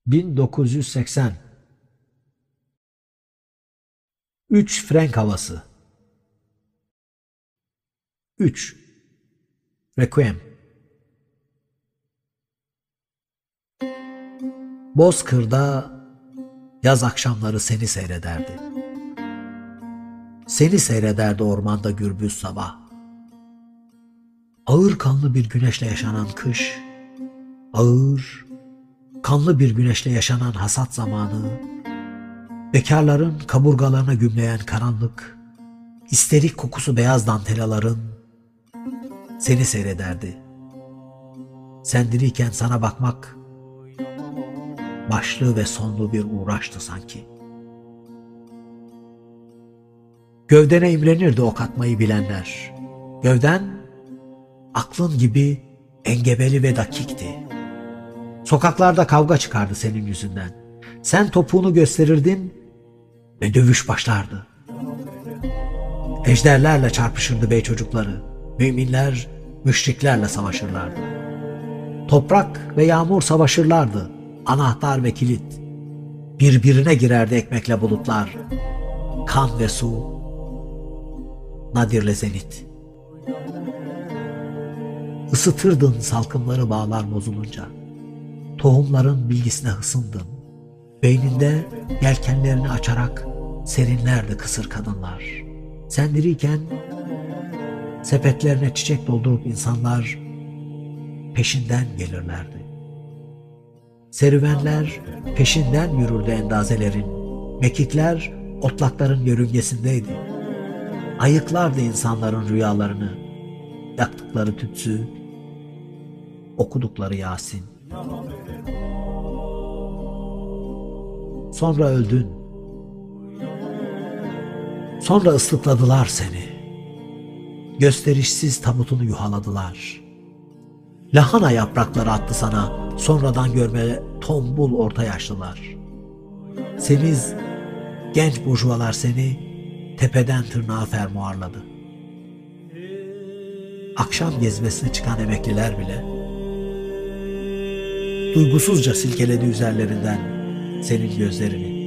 1980. 3 Frank havası. 3 Requiem. Bozkır'da yaz akşamları seni seyrederdi. Seni seyrederdi ormanda gürbüz sabah. Ağır kanlı bir güneşle yaşanan kış, ağır kanlı bir güneşle yaşanan hasat zamanı, bekarların kaburgalarına gümleyen karanlık, isterik kokusu beyaz dantelaların seni seyrederdi. Sen diriyken sana bakmak, başlı ve sonlu bir uğraştı sanki. Gövdene imrenirdi ok atmayı bilenler. Gövden, aklın gibi engebeli ve dakikti. Sokaklarda kavga çıkardı senin yüzünden. Sen topuğunu gösterirdin ve dövüş başlardı. Ejderlerle çarpışırdı bey çocukları. Müminler müşriklerle savaşırlardı. Toprak ve yağmur savaşırlardı. Anahtar ve kilit. Birbirine girerdi ekmekle bulutlar. Kan ve su. Nadirle zenit. Isıtırdın salkımları bağlar bozulunca. Tohumların bilgisine hısındın. Beyninde yelkenlerini açarak serinlerdi kısır kadınlar. Sen diriyken sepetlerine çiçek doldurup insanlar peşinden gelirlerdi. Serüvenler peşinden yürürdü endazelerin. Mekikler otlakların yörüngesindeydi. Ayıklardı insanların rüyalarını. Yaktıkları tütsü, okudukları Yasin. Sonra öldün. Sonra ıslıkladılar seni. Gösterişsiz tabutunu yuhaladılar. Lahana yaprakları attı sana sonradan görme tombul orta yaşlılar. Semiz genç burjuvalar seni tepeden tırnağa fermuarladı. Akşam gezmesine çıkan emekliler bile duygusuzca silkeledi üzerlerinden senin gözlerini.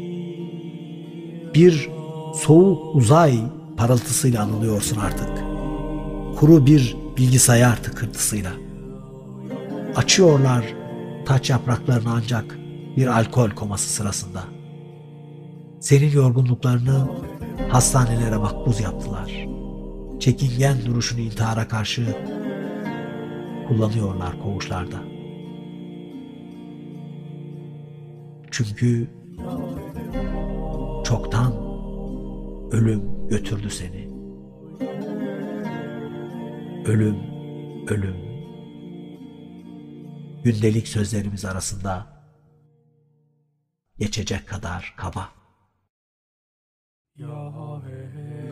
Bir soğuk uzay parıltısıyla anılıyorsun artık. Kuru bir bilgisayar tıkırtısıyla. Açıyorlar taç yapraklarını ancak bir alkol koması sırasında. Senin yorgunluklarını hastanelere makbuz yaptılar. Çekingen duruşunu intihara karşı kullanıyorlar koğuşlarda. Çünkü çoktan ölüm götürdü seni. Ölüm, ölüm. Gündelik sözlerimiz arasında geçecek kadar kaba. Ya